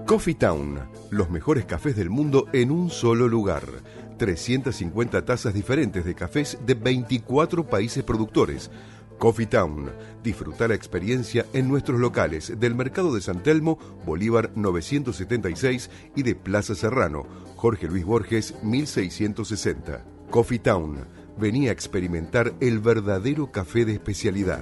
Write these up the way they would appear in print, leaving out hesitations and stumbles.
Coffee Town, los mejores cafés del mundo en un solo lugar. 350 tazas diferentes de cafés de 24 países productores. Coffee Town, disfruta la experiencia en nuestros locales del Mercado de San Telmo, Bolívar 976 y de Plaza Serrano, Jorge Luis Borges 1660. Coffee Town, vení a experimentar el verdadero café de especialidad.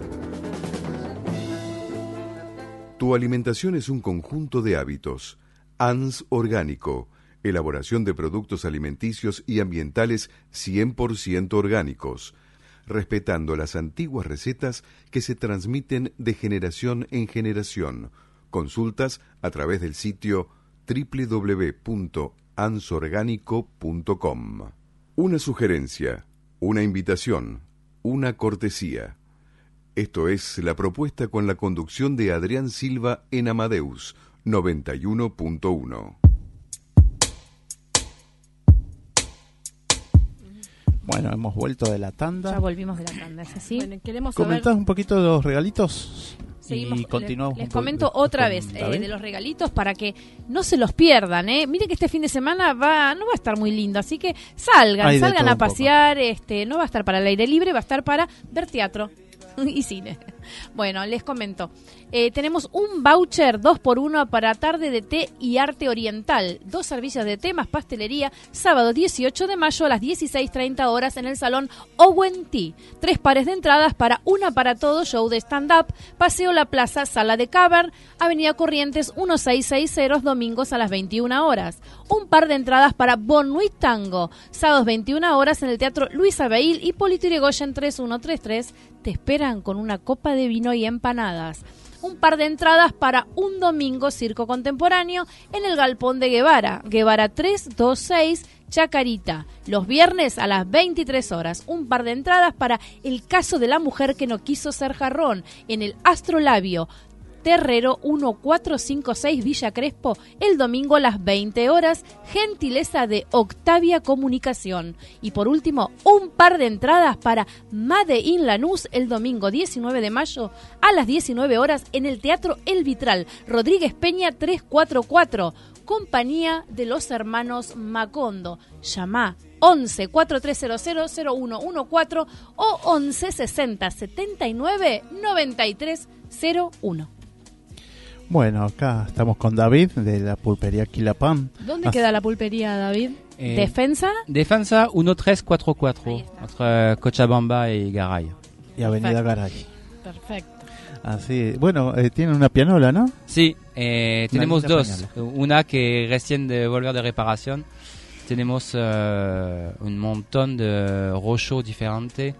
Tu alimentación es un conjunto de hábitos. ANS Orgánico, elaboración de productos alimenticios y ambientales 100% orgánicos, respetando las antiguas recetas que se transmiten de generación en generación. Consultas a través del sitio www.ansorgánico.com. Una sugerencia, una invitación, una cortesía. Esto es la propuesta con la conducción de Adrián Silva en Amadeus 91.1. Bueno, hemos vuelto de la tanda. Ya volvimos de la tanda, ¿es así? Bueno, queremos ¿Comentás saber... un poquito de los regalitos? Seguimos, y continuamos. les comento otra vez David. de los regalitos para que no se los pierdan. Miren que este fin de semana no va a estar muy lindo, así que salgan a pasear. No va a estar para el aire libre, va a estar para ver teatro y cine. Bueno, les comento. Tenemos un voucher 2x1 para tarde de té y arte oriental. 2 servicios de té más pastelería, sábado 18 de mayo a las 16:30 horas en el salón Owen Tea. 3 pares de entradas para Una para Todos, show de stand-up, Paseo La Plaza, Sala de Cavern, Avenida Corrientes 1660, domingos a las 21 horas. Un par de entradas para Bon Nuit Tango, sábados 21 horas en el Teatro Luis Abeil y Polito Yrigoyen 3133. Te esperan con una copa de vino y empanadas. Un par de entradas para Un Domingo Circo Contemporáneo en el Galpón de Guevara 326, Chacarita, los viernes a las 23 horas. Un par de entradas para El caso de la mujer que no quiso ser jarrón en el Astrolabio Terrero 1456 Villa Crespo, el domingo a las 20 horas, gentileza de Octavia Comunicación. Y por último, un par de entradas para Made in Lanús el domingo 19 de mayo a las 19 horas en el Teatro El Vitral, Rodríguez Peña 344, compañía de los hermanos Macondo. Llamá 11 4300 0114 o 11 60 79 93 01. Bueno, acá estamos con David de la pulpería Quilapam. ¿Dónde queda la pulpería, David? ¿Defensa? Defensa 1344, entre Cochabamba y Garay. Y Avenida Garay. Perfecto. Así, bueno, tienen una pianola, ¿no? Sí, tenemos dos. Pianola. Una que recién de volver de reparación. Tenemos un montón de rochos diferentes.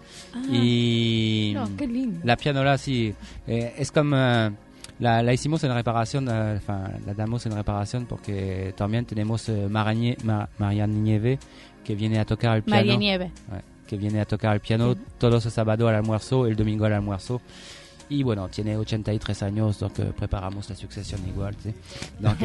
Y no, qué lindo. La pianola, sí, es como... La hicimos en reparación, la damos en reparación porque también tenemos María Nieve que viene a tocar el piano. María Nieve. Que viene a tocar el piano todos los sábados al almuerzo, el domingo al almuerzo. Y bueno, tiene 83 años, donc preparamos la sucesión igual, ¿sí? Donc,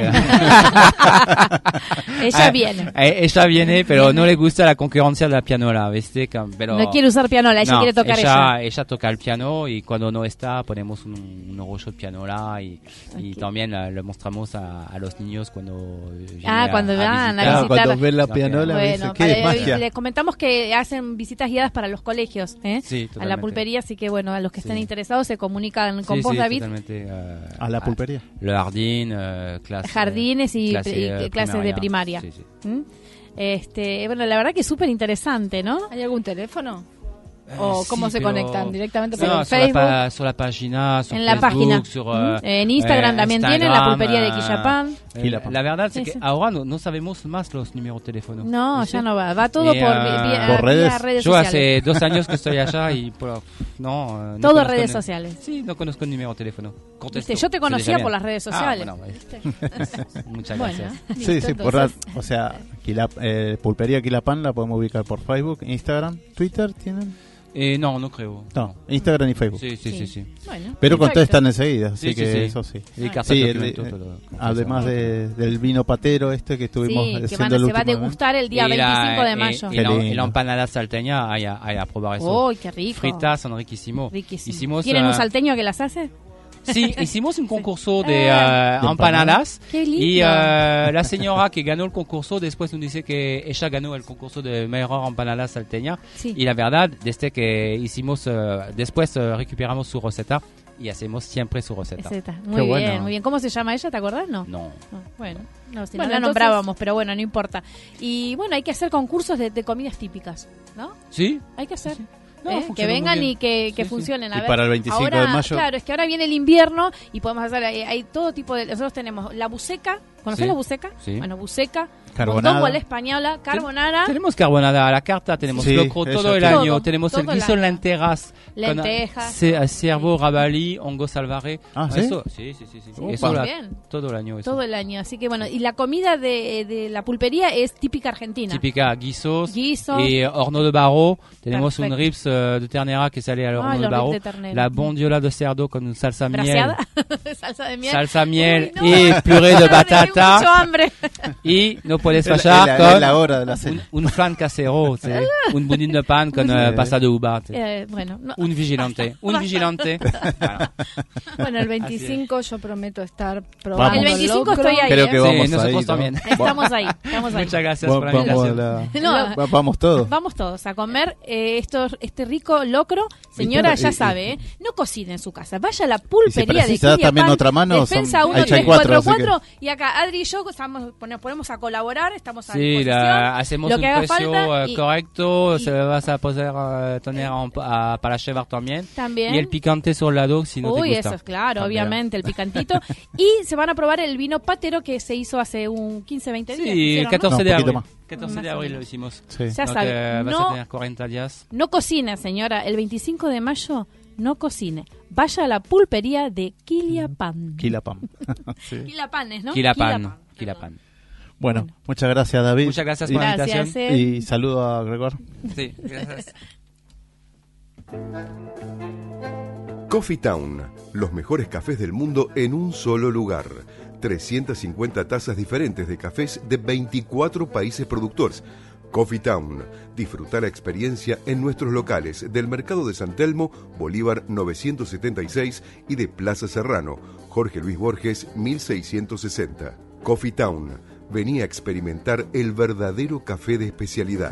ella viene. Ella viene, pero no le gusta la concurrencia de la pianola, ¿viste? Pero no quiere usar pianola, ella quiere tocar ella toca el piano y cuando no está ponemos un rollo de pianola y también le mostramos a los niños cuando cuando van a visitar. Cuando ven la pianola, bueno, ¿qué magia? Les comentamos que hacen visitas guiadas para los colegios, sí, a la pulpería, así que bueno, a los que estén interesados se comunican con vos, David. A la pulpería. Le jardín, jardines y clases de primaria. Sí, sí. Bueno, la verdad que es súper interesante, ¿no? ¿Hay algún teléfono? ¿O cómo se conectan? ¿Directamente por el Facebook? Sur la página, sur en Facebook, la página. sur, en Instagram también tienen la pulpería de Quillapam. La verdad es que ahora no sabemos más los números de teléfono. No, ya no va todo por redes Yo sociales. hace 2 años que estoy allá y no todo redes sociales. Sí, no conozco el número de teléfono. ¿Viste? Yo te conocía por las redes sociales. Muchas gracias. Sí, o sea, pulpería Quilapam la podemos ubicar por Facebook, Instagram, Twitter tienen. No creo. No, Instagram y Facebook. Sí. Bueno, pero contestan enseguida, así sí, que sí. eso sí. Además del vino patero que estuvimos que haciendo el se va a último degustar el día 25 de mayo. Y la empanada salteña, hay a probar eso. ¡Uy, qué rico! Fritas son riquísimos. ¿Tienen un salteño que las hace? Sí, hicimos un concurso de empanadas. Qué lindo. Y la señora que ganó el concurso después nos dice que ella ganó el concurso de mejor empanada salteña. Sí. Y la verdad, desde que hicimos, después recuperamos su receta y hacemos siempre su receta. Muy bien, bueno. muy bien. ¿Cómo se llama ella? ¿Te acordás? No. No. Bueno, no, si Bueno, no la entonces- nombrábamos, pero bueno, no importa. Y bueno, hay que hacer concursos de comidas típicas, ¿no? ¿Sí? Hay que hacer. No, Que funciona vengan muy bien. y que Sí, sí. funcionen. A Y ver, para el 25 ahora, de mayo. Claro, es que ahora viene el invierno y podemos hacer, hay todo tipo de... Nosotros tenemos la buceca. ¿Conocés Sí. la buceca? Sí. Bueno, buceca, Carbonada. mondongo a la española, carbonara, Tenemos carbonada a la carta, tenemos Sí, locro eso todo el todo. año, tenemos Todo el el guiso en año. lentejas, lentejas. cervo, rabalí, hongo salvaje. Ah, ¿sí? Eso, sí. Opa. Eso Bien. todo el año. Eso. Todo el año. Así que bueno, y la comida de la pulpería es típica argentina. Típica, guisos, Guisos. y horno de barro. Tenemos Perfecto. un ribs de ternera que sale al horno Ay, de los barro. ribs de ternera. La bondiola de cerdo con salsa miel. Braseada, salsa de miel. Salsa miel Uy, no. y puré de Tengo mucho batata. hambre. Y no puedes Es fallar la con hora de la cena. un flan casero, ¿sí? Un budín de pan con pasta de uva. ¿sí? Bueno, no. Un vigilante. Voilà. Bueno, el 25 yo prometo estar probando. El 25 locro. estoy ahí. Creo que Sí, vamos nosotros ahí, ¿no? también. Estamos ahí, estamos ahí. Muchas gracias por la Vamos, invitación. No, vamos todos. Vamos todos a comer este rico locro. Señora, Y- ya y- sabe, no cocine en su casa. Vaya a la Y si pulpería de precisa Kilia también Pan, otra mano, Defensa son- 1 ahí ya hay 3 cuatro, 4 así que- 4. Y acá Adri y yo nos ponemos a colaborar. Estamos a Sí, disposición. hacemos Lo un que haga precio falta y- correcto, y- se lo vas a poder tener para llevar también. También. Y el picante sur lado si no Uy, te gusta. eso es claro, También. obviamente, el picantito. Y se van a probar el vino patero que se hizo hace un 15, 20 días. Sí, el ¿hicieron, no? 14 No, de un poquito abril. más. 14 Más de o abril menos. lo hicimos. Sí. Ya No sabe, te vas no- a tener 40 días. No cocine, señora. El 25 de mayo, no cocine. Vaya a la pulpería de Kilia Pan. Quilapam. Sí. Quilapanes, ¿no? Quilapan. Perdón. Bueno, muchas gracias, David. Muchas gracias por la Gracias, invitación. Y saludo a Gregor. Sí, gracias. Coffee Town, los mejores cafés del mundo en un solo lugar. 350 tazas diferentes de cafés de 24 países productores. Coffee Town, disfruta la experiencia en nuestros locales del Mercado de San Telmo, Bolívar 976 y de Plaza Serrano, Jorge Luis Borges 1660. Coffee Town, vení a experimentar el verdadero café de especialidad.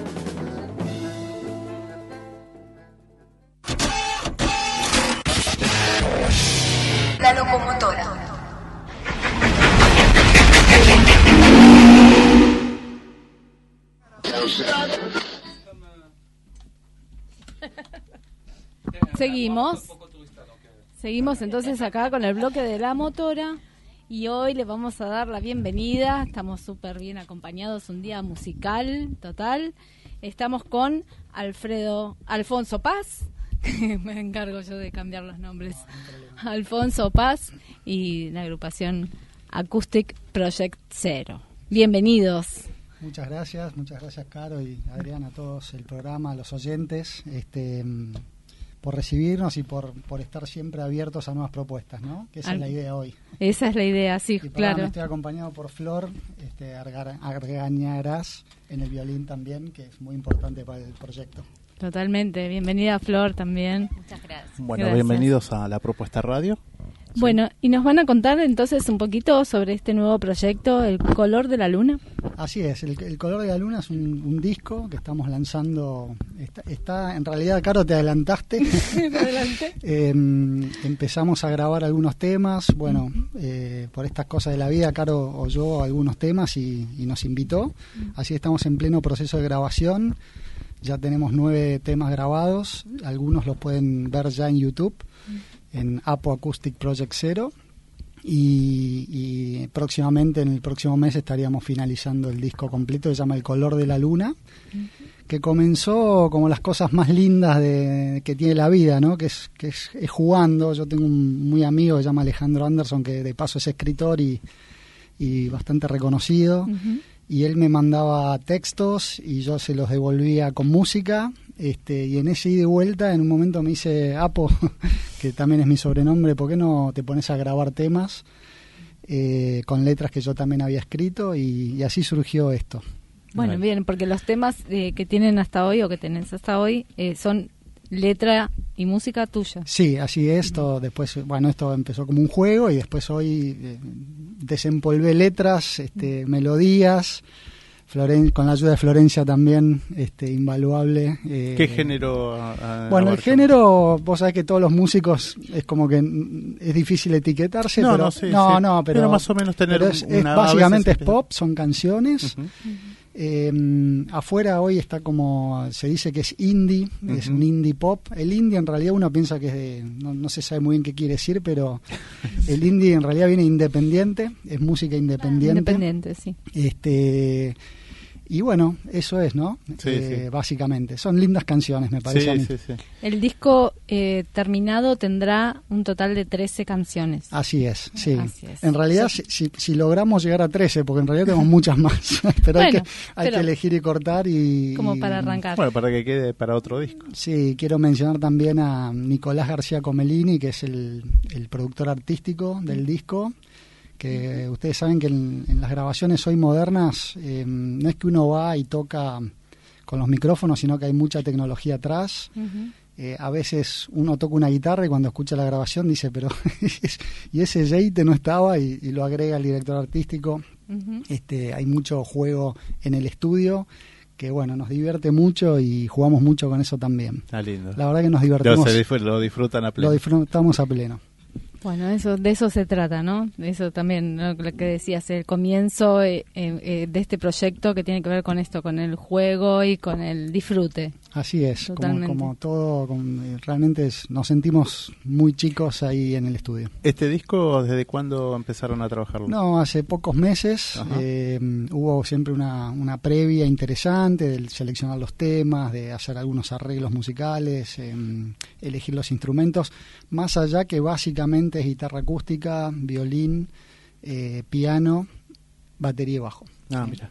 La locomotora. Seguimos entonces acá con el bloque de la motora y hoy le vamos a dar la bienvenida. Estamos súper bien acompañados, un día musical total. Estamos con Alfonso Paz, que me encargo yo de cambiar los nombres. Alfonso Paz y la agrupación Acoustic Project Zero. Bienvenidos. Muchas gracias Caro y Adrián, a todos el programa, a los oyentes, por recibirnos y por estar siempre abiertos a nuevas propuestas, ¿no? Que esa es la idea hoy. Esa es la idea, sí, Y por ahora claro. me estoy acompañado por Flor Argañarás en el violín también, que es muy importante para el proyecto. Totalmente. Bienvenida Flor también. Muchas gracias. Bueno, Gracias. bienvenidos a la propuesta radio. Bueno, y nos van a contar entonces un poquito sobre este nuevo proyecto, El Color de la Luna. Así es, el Color de la Luna es un disco que estamos lanzando. Está en realidad, Caro, te adelantaste. Adelante. Empezamos a grabar algunos temas. Bueno, por estas cosas de la vida, Caro oyó algunos temas y nos invitó. Así estamos en pleno proceso de grabación. Ya tenemos 9 temas grabados. Algunos los pueden ver ya en YouTube, en Apo Acoustic Project Zero. Y próximamente, en el próximo mes, estaríamos finalizando el disco completo que se llama El Color de la Luna, que comenzó como las cosas más lindas que tiene la vida, ¿no? Que es jugando. Yo tengo un muy amigo que se llama Alejandro Anderson, que de paso es escritor y bastante reconocido. Y él me mandaba textos y yo se los devolvía con música, y en ese ida y vuelta en un momento me dice: Apo, que también es mi sobrenombre, ¿por qué no te pones a grabar temas con letras que yo también había escrito? Y así surgió esto. Bueno, Vale. bien, porque los temas que tienen hasta hoy o que tenés hasta hoy son letra y música tuya. Sí, así es. Todo después, bueno, esto empezó como un juego y después hoy desempolvé letras, melodías. Con la ayuda de Florencia también, invaluable. ¿Qué género? Bueno, el género, vos sabés que todos los músicos es como que es difícil etiquetarse, pero más o menos tener básicamente es pop, son canciones. Afuera hoy está como, se dice que es indie, es un indie pop. El indie en realidad uno piensa que es no se sabe muy bien qué quiere decir, pero el indie en realidad viene independiente, es música independiente. Independiente, sí. Y bueno, eso es, ¿no? Sí. Básicamente. Son lindas canciones, me parece a mí. Sí. El disco terminado tendrá un total de 13 canciones. Así es, sí. Así es. En realidad, si logramos llegar a 13, porque en realidad tenemos muchas más, pero bueno, hay que elegir y cortar como para arrancar. Bueno, para que quede para otro disco. Sí, quiero mencionar también a Nicolás García Comelini, que es el productor artístico del disco, que ustedes saben que en las grabaciones hoy modernas no es que uno va y toca con los micrófonos, sino que hay mucha tecnología atrás. A veces uno toca una guitarra y cuando escucha la grabación dice, pero y ese Yeite no estaba, y lo agrega el director artístico. Hay mucho juego en el estudio que bueno, nos divierte mucho y jugamos mucho con eso también. Está lindo. La verdad que nos divertimos. Lo disfrutan a pleno. Lo disfrutamos a pleno. Bueno, de eso se trata, ¿no? Eso también, ¿no? Lo que decías, el comienzo de este proyecto que tiene que ver con esto, con el juego y con el disfrute. Así es, como todo, realmente nos sentimos muy chicos ahí en el estudio. ¿Este disco desde cuándo empezaron a trabajarlo? No, hace pocos meses. Hubo siempre una previa interesante de seleccionar los temas, de hacer algunos arreglos musicales, elegir los instrumentos, más allá que básicamente es guitarra acústica, violín, piano, batería y bajo. Mira.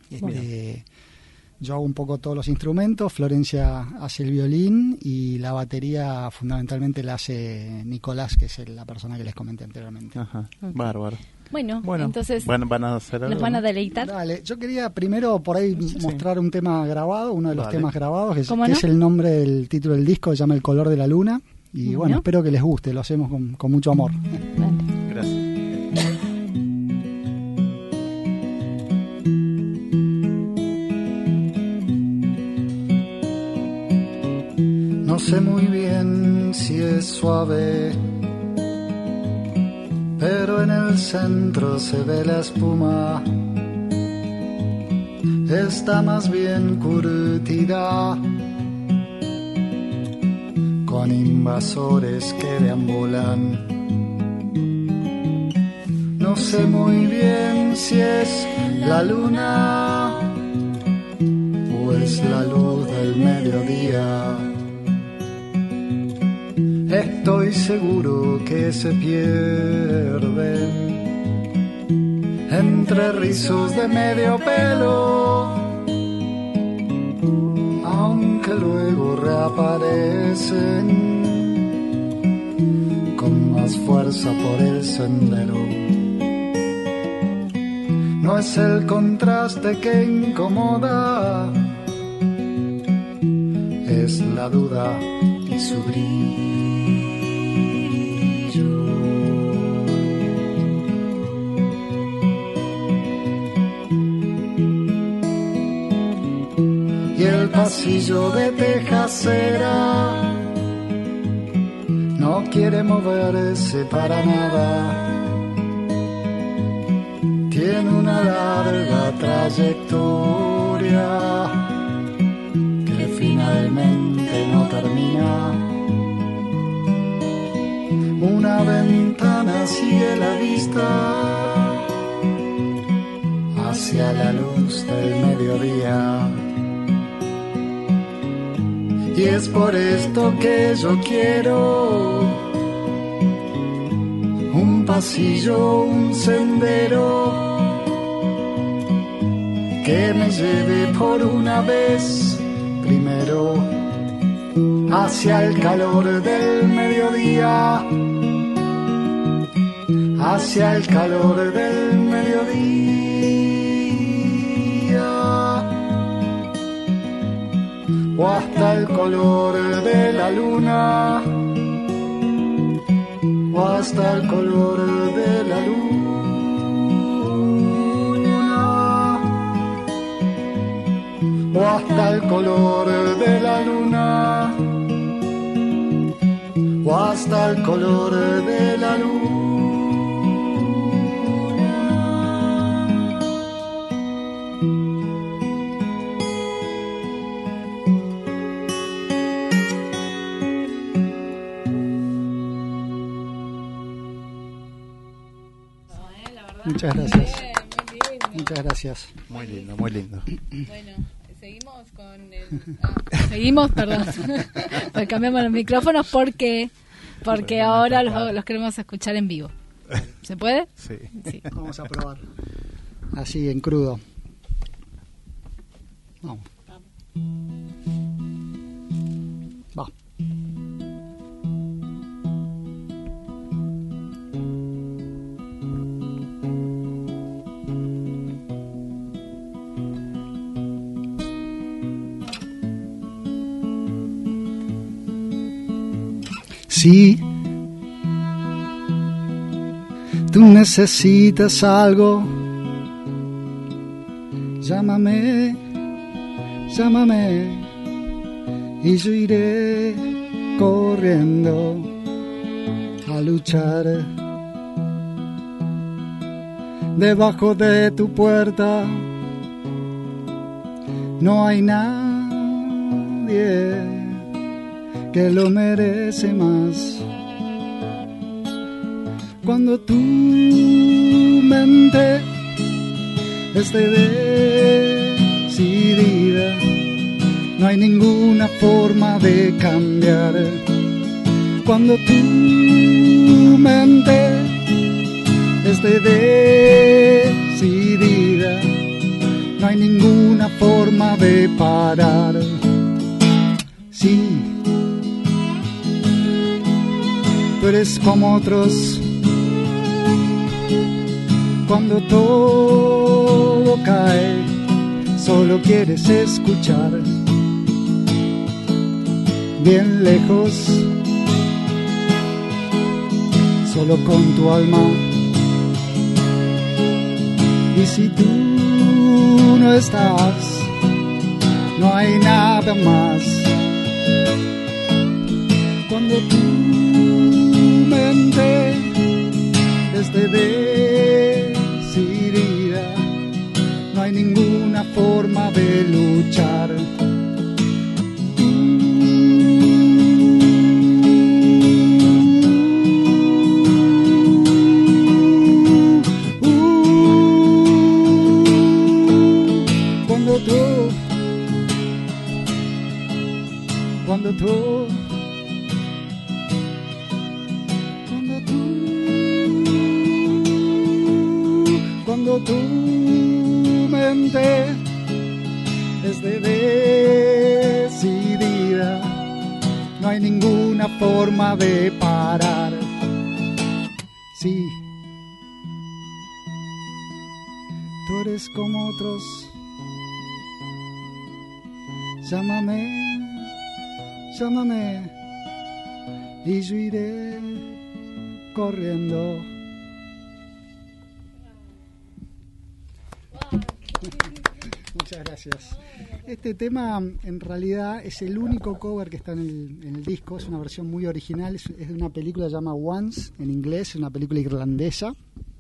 Yo hago un poco todos los instrumentos, Florencia hace el violín y la batería fundamentalmente la hace Nicolás, que es la persona que les comenté anteriormente. Ajá, bárbaro. Bueno, entonces van a hacer algo, nos van a deleitar. Dale, yo quería primero por ahí mostrar un tema grabado, uno de los temas grabados, que es el nombre del título del disco, se llama El color de la luna. Y bueno, espero que les guste, lo hacemos con mucho amor. Gracias. No sé muy bien si es suave, pero en el centro se ve la espuma. Está más bien curtida, con invasores que deambulan. No sé muy bien si es la luna o es la luz del mediodía. Estoy seguro que se pierden entre rizos de medio pelo, aunque luego reaparecen con más fuerza por el sendero. No es el contraste que incomoda, es la duda y su brillo. Y el pasillo de tejacera no quiere moverse para nada. Tiene una larga trayectoria que finalmente no termina. Una ventana sigue la vista hacia la luz del mediodía. Y es por esto que yo quiero un pasillo, un sendero que me lleve por una vez primero hacia el calor del mediodía, hacia el calor del mediodía. o hasta el color de la luna, o hasta el color de la luna, o hasta el color de la luna, o hasta el color de la luna. Muchas gracias. Muchas gracias. Muy lindo, muy lindo. Bueno, seguimos con seguimos, perdón. Pues cambiamos los micrófonos porque ahora los queremos escuchar en vivo. ¿Se puede? Sí. Vamos a probar. Así, en crudo. Vamos. Va. Si tú necesitas algo, llámame, llámame, y yo iré corriendo a luchar. Debajo de tu puerta no hay nadie que lo merece más. Cuando tu mente esté decidida, no hay ninguna forma de cambiar. Cuando tu mente esté decidida, no hay ninguna forma de parar. Sí, tú eres como otros. Cuando todo cae, solo quieres escuchar. Bien lejos, solo con tu alma. Y si tú no estás, no hay nada más. Cuando tu mente esté decidida, no hay ninguna forma de luchar. Cuando tu mente esté decidida, no hay ninguna forma de parar. Sí, tú eres como otros. Llámame, llámame, y yo iré corriendo. Muchas gracias. Este tema en realidad es el único cover que está en el disco. Es una versión muy original. Es de una película que se llama Once, en inglés, una película irlandesa.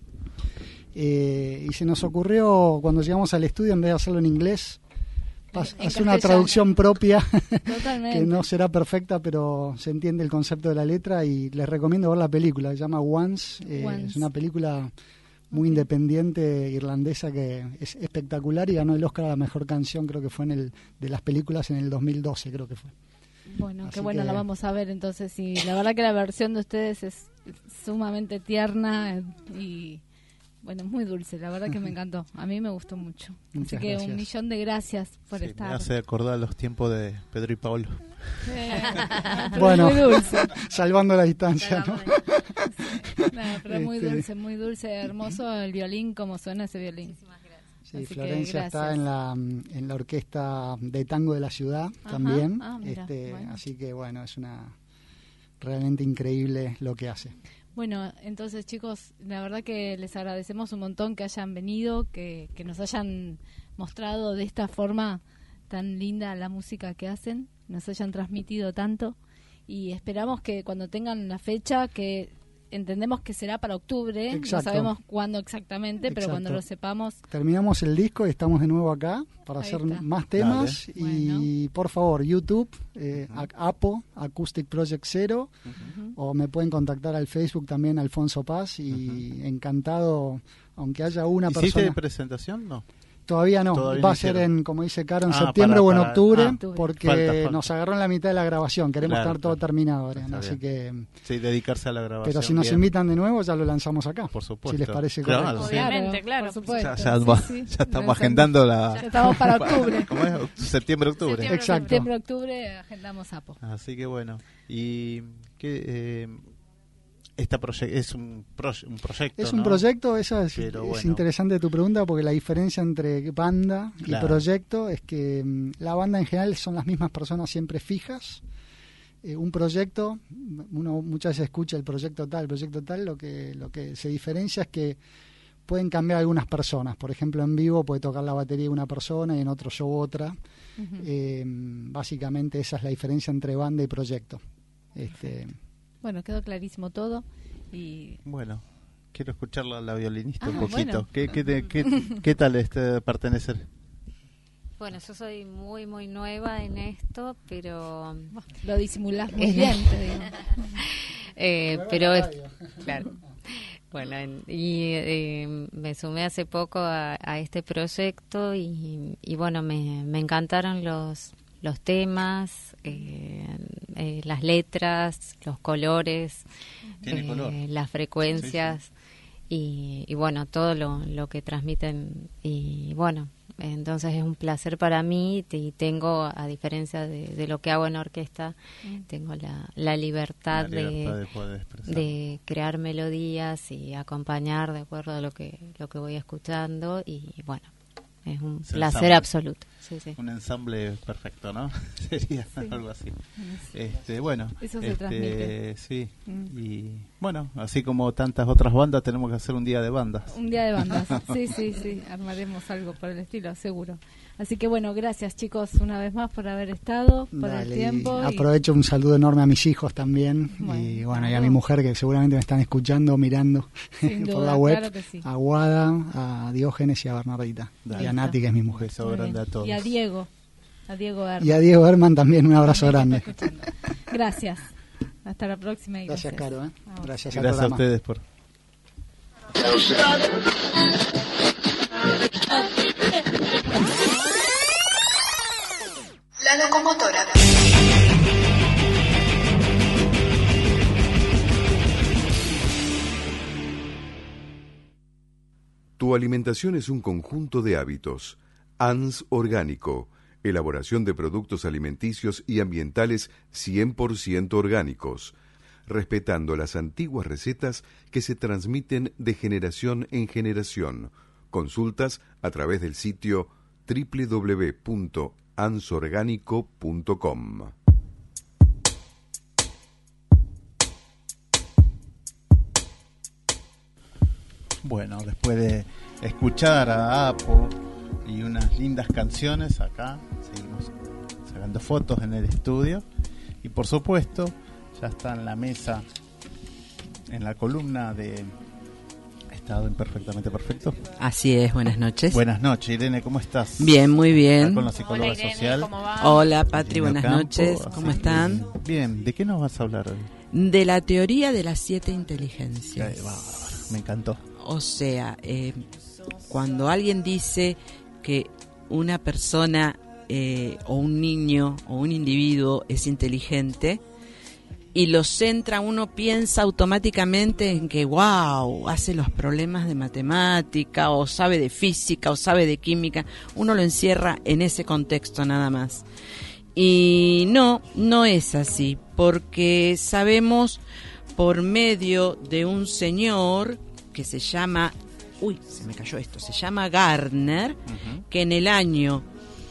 Y se nos ocurrió cuando llegamos al estudio, en vez de hacerlo en inglés, hacer una traducción propia que no será perfecta, pero se entiende el concepto de la letra. Y les recomiendo ver la película. Se llama Once. Es una película muy independiente irlandesa que es espectacular y ganó el Oscar a la mejor canción, creo que fue de las películas en el 2012, creo que fue. Bueno, así qué bueno, la vamos a ver entonces. Y la verdad que la versión de ustedes es sumamente tierna y bueno, muy dulce, la verdad que me encantó. A mí me gustó mucho. Muchas así que gracias. 1.000.000 de gracias por estar. Me hace acordar los tiempos de Pedro y Pablo. Bueno, muy dulce. Salvando la distancia, ¿no? No, pero muy dulce, hermoso el violín, como suena ese violín. Sí, Florencia está en la orquesta de tango de la ciudad. Ajá. También. Mira, bueno. Así que bueno, es realmente increíble lo que hace. Bueno, entonces chicos, la verdad que les agradecemos un montón que hayan venido, que nos hayan mostrado de esta forma tan linda la música que hacen, nos hayan transmitido tanto, y esperamos que cuando tengan la fecha, que entendemos que será para octubre. Exacto. No sabemos cuándo exactamente. Exacto. Pero cuando lo sepamos... Terminamos el disco y estamos de nuevo acá para hacer más temas. Dale. Y bueno, por favor, YouTube, APO, Acoustic Project 0, o me pueden contactar al Facebook también, Alfonso Paz, y encantado, aunque haya una persona... ¿Hiciste presentación? No. Todavía no, va a ser como dice Caro, en septiembre o en octubre, porque falta. Nos agarró en la mitad de la grabación, queremos estar todo terminado ahora, así que... Sí, dedicarse a la grabación. Pero si nos invitan de nuevo, ya lo lanzamos acá. Por supuesto. Si les parece correcto. Obviamente, claro, por supuesto. Ya estamos agendando la... Ya estamos para octubre. ¿Cómo es? Septiembre-octubre. Exacto. Septiembre-octubre agendamos APO. Así que bueno, y... es un proyecto. Es un proyecto, es interesante tu pregunta, porque la diferencia entre banda y proyecto es que la banda en general son las mismas personas siempre fijas. Un proyecto, uno muchas veces escucha el proyecto tal, lo que se diferencia es que pueden cambiar algunas personas. Por ejemplo, en vivo puede tocar la batería una persona y en otro show otra. Básicamente esa es la diferencia entre banda y proyecto. Bueno, quedó clarísimo todo. Y bueno, quiero escucharla a la violinista un poquito. Bueno. ¿Qué tal pertenecer? Bueno, yo soy muy, muy nueva en esto, pero... Lo disimulás muy bien, te digo. Pero claro. Bueno, me sumé hace poco a este proyecto y bueno, me encantaron los temas, las letras, los colores, las frecuencias, sí. Y bueno, todo lo que transmiten. Y bueno, entonces es un placer para mí, y tengo, a diferencia de lo que hago en orquesta, tengo la libertad de crear melodías y acompañar de acuerdo a lo que voy escuchando, y bueno, es un placer absoluto. Sí. Un ensamble perfecto, ¿no? Sería algo así. Bueno, eso se transmite. Sí. Y bueno, así como tantas otras bandas, tenemos que hacer un día de bandas. Un día de bandas. Sí. Armaremos algo por el estilo, seguro. Así que bueno, gracias chicos una vez más por haber estado, por el tiempo. Aprovecho un saludo enorme a mis hijos también, y bueno, y a mi mujer, que seguramente me están escuchando, mirando por la web, claro que sí. A Guada, a Diógenes y a Bernardita. Y a Nati, que es mi mujer. Un beso grande a todos. Y a Diego Herman. Y a Diego Herman también, un abrazo grande. Gracias. Hasta la próxima. Gracias, Caro. Gracias a ustedes por... La locomotora. Tu alimentación es un conjunto de hábitos. ANS Orgánico, elaboración de productos alimenticios y ambientales 100% orgánicos, respetando las antiguas recetas que se transmiten de generación en generación. Consultas a través del sitio www.ansorgánico.com. Bueno, después de escuchar a Apo y unas lindas canciones, acá seguimos sacando fotos en el estudio, y por supuesto ya está en la mesa, en la columna de Estado Imperfectamente Perfecto. Así es, buenas noches. Buenas noches, Irene, ¿cómo estás? Bien, muy bien. Con la psicóloga Hola, Irene, social. ¿cómo va? Hola, Patri, Irene buenas Campo, noches. ¿Cómo están? Bien, ¿de qué nos vas a hablar hoy? De la teoría de las 7 inteligencias. Me encantó. O sea, cuando alguien dice que una persona o un niño o un individuo es inteligente y lo centra, uno piensa automáticamente en que wow, hace los problemas de matemática o sabe de física o sabe de química. Uno lo encierra en ese contexto nada más. Y no es así, porque sabemos por medio de un señor que se llama se me cayó esto, se llama Gardner, que en el año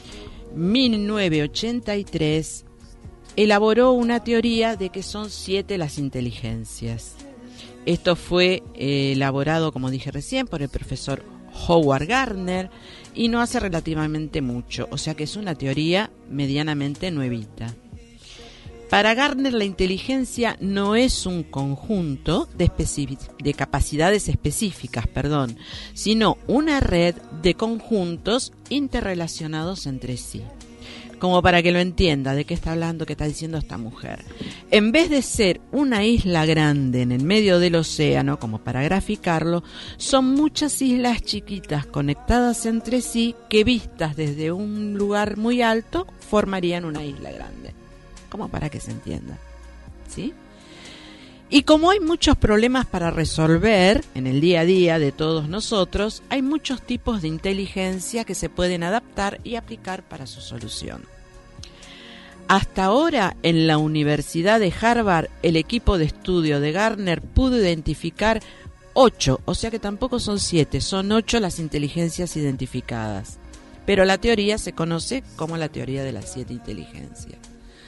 1983 elaboró una teoría de que son 7 las inteligencias. Esto fue elaborado, como dije recién, por el profesor Howard Gardner y no hace relativamente mucho, o sea que es una teoría medianamente nuevita. Para Gardner, la inteligencia no es un conjunto de capacidades específicas, sino una red de conjuntos interrelacionados entre sí. Como para que lo entienda, de qué está hablando, qué está diciendo esta mujer. En vez de ser una isla grande en el medio del océano, como para graficarlo, son muchas islas chiquitas conectadas entre sí que vistas desde un lugar muy alto formarían una isla grande. Como para que se entienda, ¿sí? Y como hay muchos problemas para resolver en el día a día de todos nosotros, hay muchos tipos de inteligencia que se pueden adaptar y aplicar para su solución. Hasta ahora, en la Universidad de Harvard, el equipo de estudio de Gardner pudo identificar 8, o sea que tampoco son 7, son 8 las inteligencias identificadas. Pero la teoría se conoce como la teoría de las 7 inteligencias.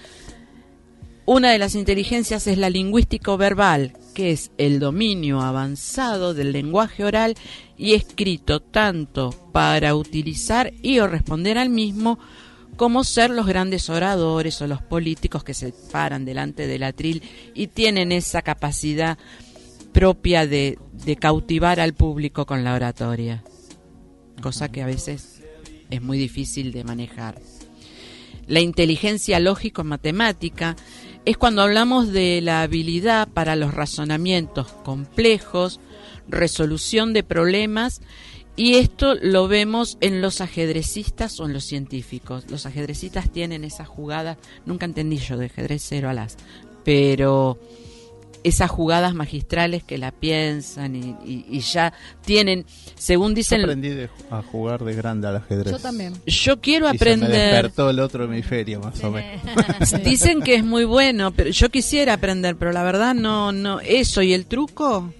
Una de las inteligencias es la lingüístico-verbal, que es el dominio avanzado del lenguaje oral y escrito tanto para utilizar y o responder al mismo, como ser los grandes oradores o los políticos que se paran delante del atril y tienen esa capacidad propia de cautivar al público con la oratoria, cosa que a veces es muy difícil de manejar. La inteligencia lógico-matemática es cuando hablamos de la habilidad para los razonamientos complejos, resolución de problemas, y esto lo vemos en los ajedrecistas o en los científicos. Los ajedrecistas tienen esas jugadas, nunca entendí yo de ajedrez 0 a las, pero esas jugadas magistrales que la piensan y ya tienen, según dicen... Yo aprendí a jugar de grande al ajedrez. Yo también. Yo quiero aprender... Se me despertó el otro hemisferio, más o menos. Dicen que es muy bueno, pero yo quisiera aprender, pero la verdad no. Eso y el truco...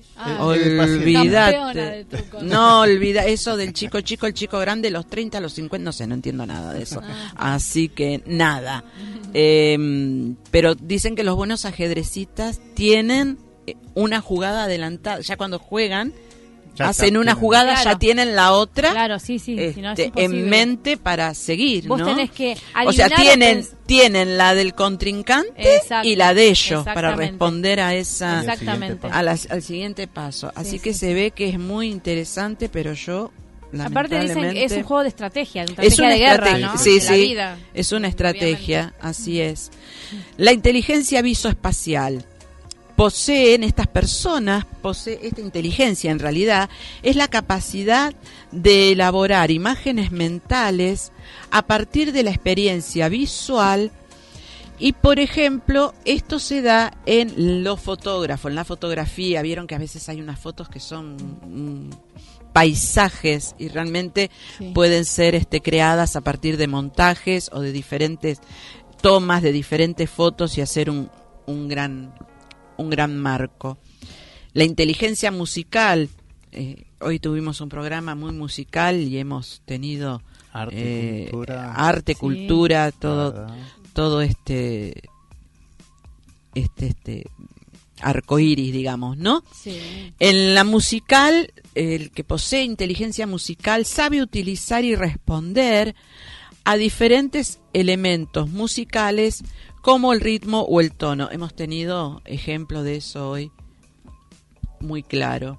olvídate. No, olvida eso del chico, el chico grande, los 30, los 50, no sé, no entiendo nada de eso. Así que nada. Pero dicen que los buenos ajedrecistas tienen una jugada adelantada, ya cuando juegan hacen una jugada, claro, ya tienen la otra, claro, sí, si no es en mente para seguir. Vos ¿no? tenés que o sea, tienen la del contrincante. Exacto, y la de ellos para responder a esa, al siguiente paso. Así que se ve que es muy interesante, pero yo aparte dicen que es un juego de estrategia, de guerra, ¿no? Sí, es una estrategia, así es. La inteligencia visoespacial. Esta inteligencia en realidad es la capacidad de elaborar imágenes mentales a partir de la experiencia visual y, por ejemplo, esto se da en los fotógrafos, en la fotografía. Vieron que a veces hay unas fotos que son paisajes y realmente pueden ser creadas a partir de montajes o de diferentes tomas de diferentes fotos y hacer un gran marco. La inteligencia musical, hoy tuvimos un programa muy musical y hemos tenido arte, cultura, todo este arcoíris, digamos, ¿no? Sí. En la musical, el que posee inteligencia musical sabe utilizar y responder a diferentes elementos musicales como el ritmo o el tono. Hemos tenido ejemplo de eso hoy muy claro.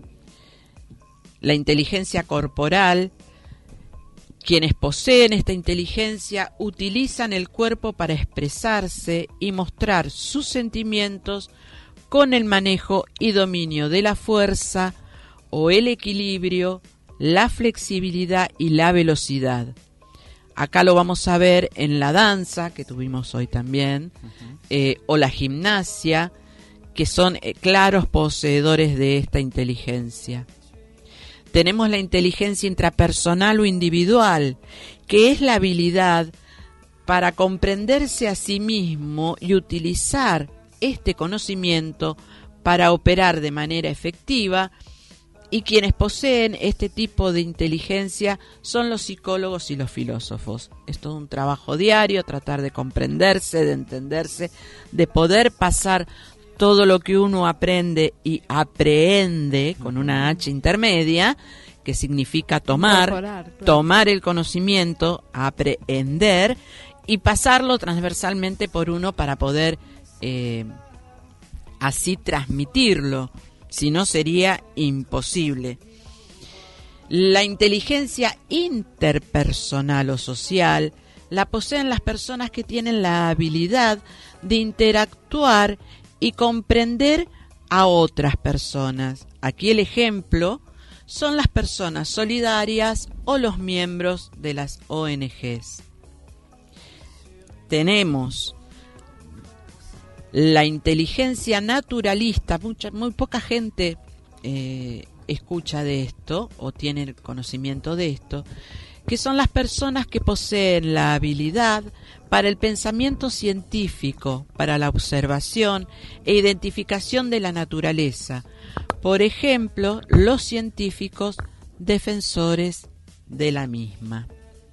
La inteligencia corporal, quienes poseen esta inteligencia utilizan el cuerpo para expresarse y mostrar sus sentimientos con el manejo y dominio de la fuerza o el equilibrio, la flexibilidad y la velocidad. Acá lo vamos a ver en la danza, que tuvimos hoy también, o la gimnasia, que son claros poseedores de esta inteligencia. Tenemos la inteligencia intrapersonal o individual, que es la habilidad para comprenderse a sí mismo y utilizar este conocimiento para operar de manera efectiva Y quienes poseen este tipo de inteligencia son los psicólogos y los filósofos. Es todo un trabajo diario, tratar de comprenderse, de entenderse, de poder pasar todo lo que uno aprende y aprehende con una H intermedia, que significa tomar el conocimiento, aprehender y pasarlo transversalmente por uno para poder así transmitirlo. Si no, sería imposible. La inteligencia interpersonal o social la poseen las personas que tienen la habilidad de interactuar y comprender a otras personas. Aquí el ejemplo son las personas solidarias o los miembros de las ONGs. Tenemos la inteligencia naturalista. Muy poca gente escucha de esto o tiene el conocimiento de esto, que son las personas que poseen la habilidad para el pensamiento científico, para la observación e identificación de la naturaleza. Por ejemplo, los científicos defensores de la misma.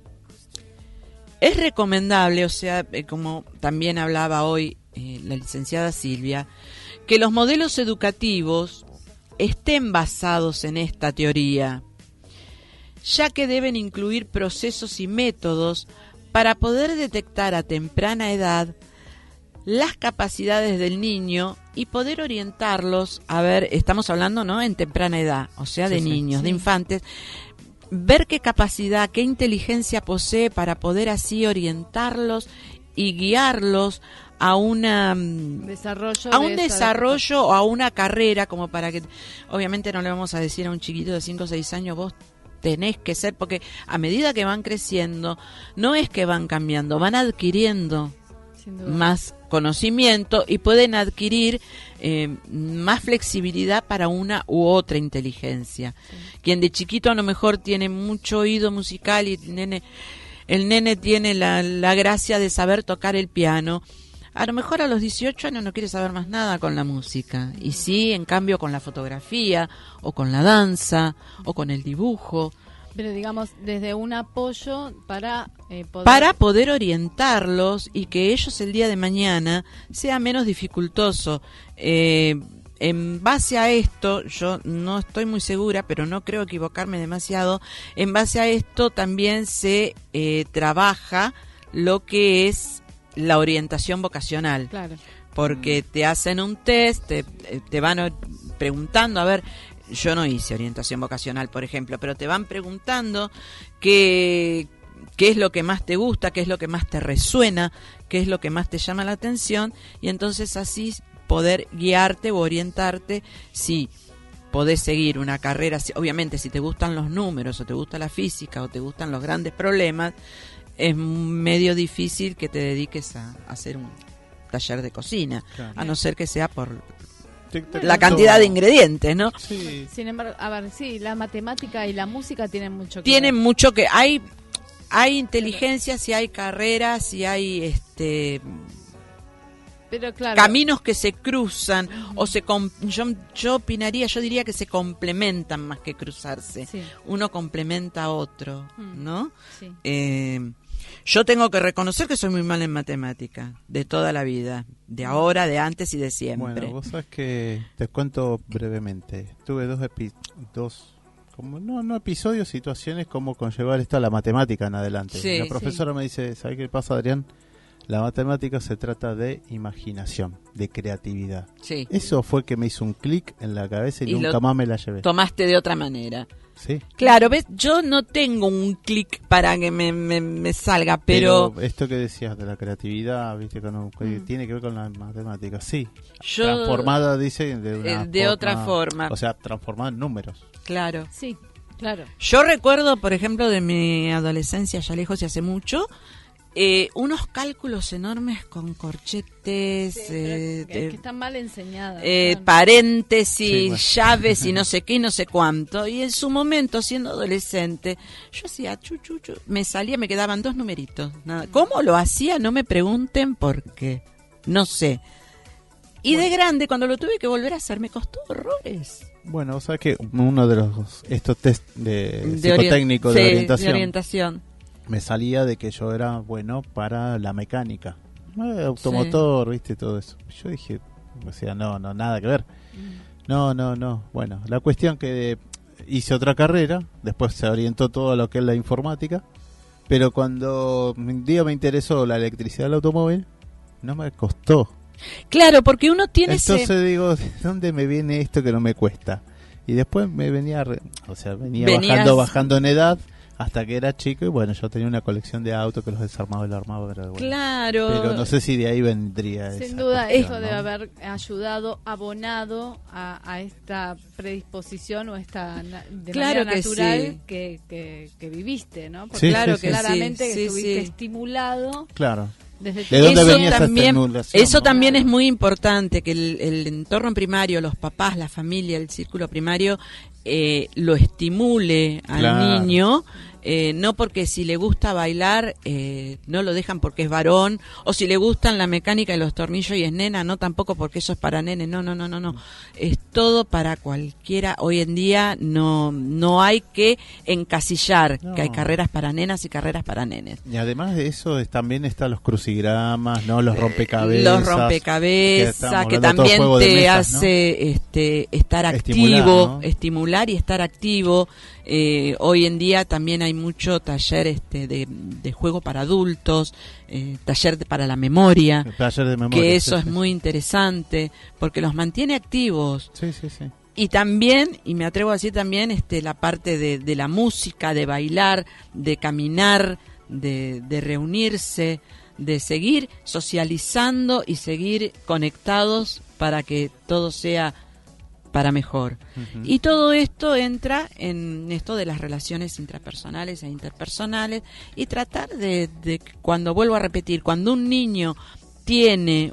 Es recomendable, o sea, como también hablaba hoy la licenciada Silvia, que los modelos educativos estén basados en esta teoría, ya que deben incluir procesos y métodos para poder detectar a temprana edad las capacidades del niño y poder orientarlos. A ver, estamos hablando, ¿no?, en temprana edad, o sea, de niños, de infantes, ver qué capacidad, qué inteligencia posee para poder así orientarlos y guiarlos a un desarrollo o a una carrera, como para que, obviamente no le vamos a decir a un chiquito de 5 o 6 años, vos tenés que ser, porque a medida que van creciendo, no es que van cambiando, van adquiriendo más conocimiento y pueden adquirir más flexibilidad para una u otra inteligencia. Quien de chiquito a lo mejor tiene mucho oído musical y el nene tiene la gracia de saber tocar el piano, a lo mejor a los 18 años no quiere saber más nada con la música, y sí, en cambio, con la fotografía, o con la danza, o con el dibujo. Pero digamos, desde un apoyo para poder orientarlos y que ellos el día de mañana sea menos dificultoso. En base a esto, yo no estoy muy segura, pero no creo equivocarme demasiado, en base a esto también se trabaja lo que es la orientación vocacional. Claro. Porque te hacen un test, te van preguntando, a ver, yo no hice orientación vocacional, por ejemplo, pero te van preguntando qué es lo que más te gusta, qué es lo que más te resuena, qué es lo que más te llama la atención, y entonces así poder guiarte o orientarte si podés seguir una carrera. Obviamente, si te gustan los números, o te gusta la física, o te gustan los grandes problemas, es medio difícil que te dediques a hacer un taller de cocina, claro, a no ser que sea por la cantidad de ingredientes, ¿no? Sí. Sin embargo, a ver, sí, la matemática y la música tienen mucho que tienen ver. Mucho que hay inteligencias y hay carreras y hay pero claro, caminos que se cruzan o yo opinaría, yo diría que se complementan más que cruzarse. Sí. Uno complementa a otro, ¿no? Sí. Yo tengo que reconocer que soy muy mal en matemática, de toda la vida, de ahora, de antes y de siempre. Bueno, vos sabés que te cuento brevemente. Tuve dos episodios, situaciones como conllevar esto a la matemática en adelante. Sí, la profesora me dice, ¿sabés qué pasa, Adrián? La matemática se trata de imaginación, de creatividad. Sí. Eso fue que me hizo un clic en la cabeza y nunca más me la llevé. Tomaste de otra manera. Sí. Claro, ves, yo no tengo un clic para que me salga, pero esto que decías de la creatividad, viste, que tiene que ver con la matemática, sí. Transformada, dice, de otra forma. O sea, transformada en números. Claro. Sí, claro. Yo recuerdo, por ejemplo, de mi adolescencia, ya lejos y hace mucho, unos cálculos enormes con corchetes, que están mal enseñadas, paréntesis, sí, llaves y no sé qué y no sé cuánto. Y en su momento, siendo adolescente, yo hacía me salía, me quedaban 2 numeritos. Nada. ¿Cómo lo hacía? No me pregunten por qué. No sé. Y de grande, cuando lo tuve que volver a hacer, me costó horrores. Bueno, o sea que uno de estos test de psicotécnico de orientación me salía de que yo era bueno para la mecánica, automotor, viste, todo eso. Yo dije, o sea, no, nada que ver. No. Bueno, la cuestión que hice otra carrera, después se orientó todo a lo que es la informática, pero cuando un día me interesó la electricidad del automóvil, no me costó. Claro, porque uno tiene entonces digo, ¿de dónde me viene esto que no me cuesta? Y después me venía bajando en edad hasta que era chico y bueno, yo tenía una colección de autos que los desarmaba y los armaba. Pero bueno, claro. Pero no sé si de ahí vendría sin duda cuestión, eso debe haber ayudado, abonado a esta predisposición o esta de manera natural que viviste, ¿no? Porque claramente que estuviste estimulado. Claro. ¿De dónde venía esa estimulación? Eso también es muy importante, que el entorno primario, los papás, la familia, el círculo primario, lo estimule al niño, no porque si le gusta bailar, no lo dejan porque es varón, o si le gustan la mecánica y los tornillos y es nena, no tampoco porque eso es para nene, no. Es todo para cualquiera. Hoy en día no hay que encasillar que hay carreras para nenas y carreras para nenes. Y además de eso también están los crucigramas, ¿no? Los rompecabezas. Los rompecabezas, que también te mesas, hace estar activo, estimular y estar activo. Hoy en día también hay mucho taller de juego para adultos, taller para la memoria, que eso es muy interesante porque los mantiene activos. Sí. Y también, y me atrevo a decir también, la parte de la música, de bailar, de caminar, de reunirse, de seguir socializando y seguir conectados para que todo sea para mejor. Y todo esto entra en esto de las relaciones intrapersonales e interpersonales y tratar de cuando vuelvo a repetir, cuando un niño tiene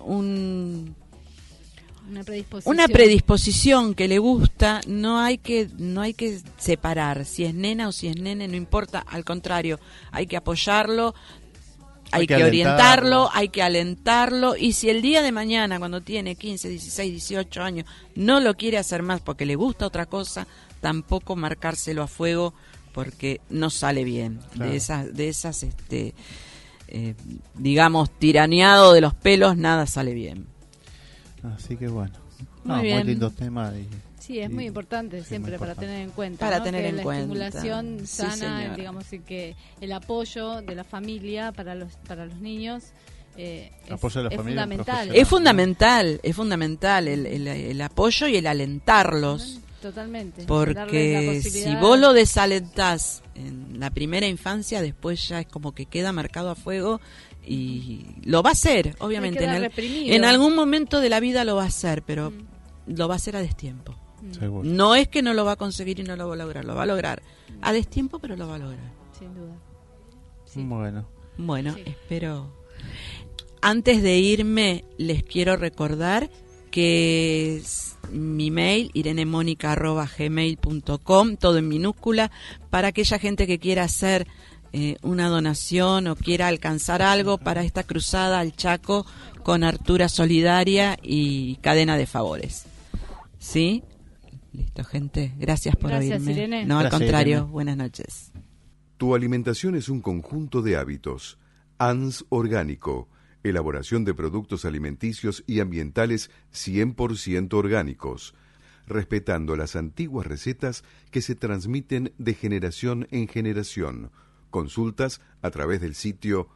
una predisposición que le gusta, no hay que separar si es nena o si es nene, no importa, al contrario, hay que apoyarlo. Hay que orientarlo, hay que alentarlo, y si el día de mañana, cuando tiene 15, 16, 18 años, no lo quiere hacer más porque le gusta otra cosa, tampoco marcárselo a fuego porque no sale bien. Claro. De esas digamos, tiraneado de los pelos, nada sale bien. Así que bueno, muy lindo tema. Sí, es muy importante siempre para tener en cuenta. Para ¿no? tener que en la cuenta. Estimulación sana, digamos, y que el apoyo de la familia para los niños es fundamental. Es fundamental el apoyo y el alentarlos. Totalmente. Porque si vos lo desalentás en la primera infancia, después ya es como que queda marcado a fuego. Y lo va a hacer, obviamente. En algún momento de la vida lo va a hacer, pero lo va a hacer a destiempo. Seguro. No es que no lo va a conseguir y no lo va a lograr, lo va a lograr a destiempo, pero lo va a lograr. Sin duda. Sí. Bueno, espero. Antes de irme, les quiero recordar que es mi mail, irenemónica@gmail.com, todo en minúscula, para aquella gente que quiera hacer una donación o quiera alcanzar algo para esta cruzada al Chaco con Artura Solidaria y Cadena de Favores. ¿Sí? Listo, gente. Gracias por oírme. Irene. No, al contrario. Irene. Buenas noches. Tu alimentación es un conjunto de hábitos. ANS Orgánico. Elaboración de productos alimenticios y ambientales 100% orgánicos, respetando las antiguas recetas que se transmiten de generación en generación. Consultas a través del sitio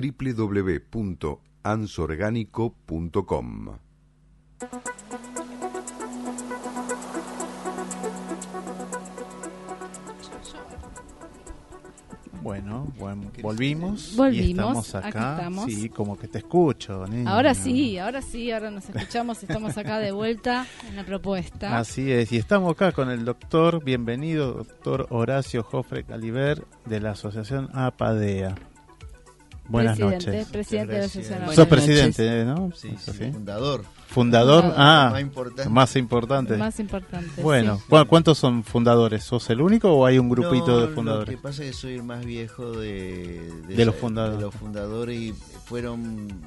www.ansorgánico.com. Bueno, volvimos y estamos acá. Estamos. Sí, como que te escucho, niña. Ahora sí, ahora nos escuchamos, estamos acá de vuelta en la propuesta. Así es, y estamos acá con el doctor, bienvenido, doctor Horacio Jofre Caliber, de la asociación APADEA. Buenas noches. Presidente de la asociación. Sos presidente, ¿no? Sí, fundador. Fundador, más importante. Más importante. Bueno, sí. ¿Cuántos son fundadores? ¿Sos el único o hay un grupito de fundadores? Lo que pasa es que soy el más viejo de los fundadores. De los fundadores, y fueron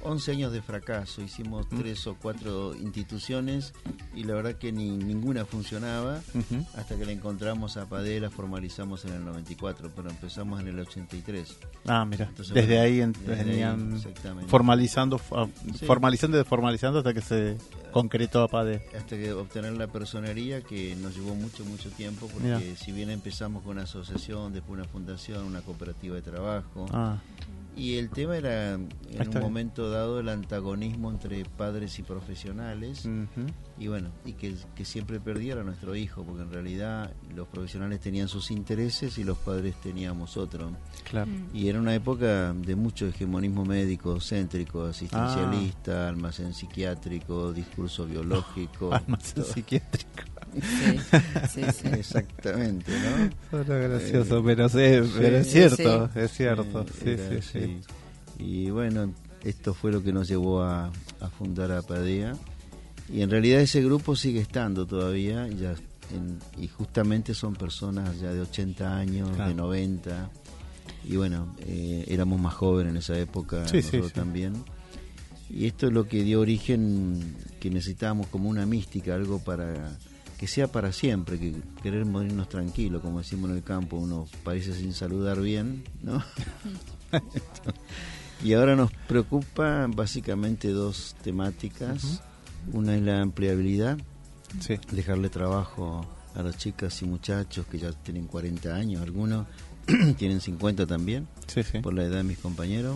11 años de fracaso, hicimos 3 o 4 instituciones y la verdad que ninguna funcionaba, hasta que la encontramos a Padé, la formalizamos en el 94, pero empezamos en el 83. Ah, mira, entonces, desde ahí venían formalizando hasta que se concretó a Padé. Hasta que obtener la personería, que nos llevó mucho tiempo, porque si bien empezamos con una asociación, después una fundación, una cooperativa de trabajo, y el tema era en un momento dado el antagonismo entre padres y profesionales, y bueno, y que siempre perdiera nuestro hijo, porque en realidad los profesionales tenían sus intereses y los padres teníamos otro. Claro. Y era una época de mucho hegemonismo médico, céntrico, asistencialista, almacén psiquiátrico, discurso biológico. Almacén psiquiátrico. Sí, exactamente, ¿no? Solo gracioso, pero es cierto, es cierto. Sí. Y bueno, esto fue lo que nos llevó a fundar Apadea, y en realidad ese grupo sigue estando todavía, y justamente son personas ya de 80 años, de 90, y bueno, éramos más jóvenes en esa época, nosotros también. Y esto es lo que dio origen, que necesitábamos como una mística, algo para que sea para siempre, que querer morirnos tranquilos, como decimos en el campo, uno parece sin saludar bien, ¿no? Y ahora nos preocupa básicamente 2 temáticas. Una es la empleabilidad, dejarle trabajo a las chicas y muchachos que ya tienen 40 años, algunos tienen 50 también, por la edad de mis compañeros.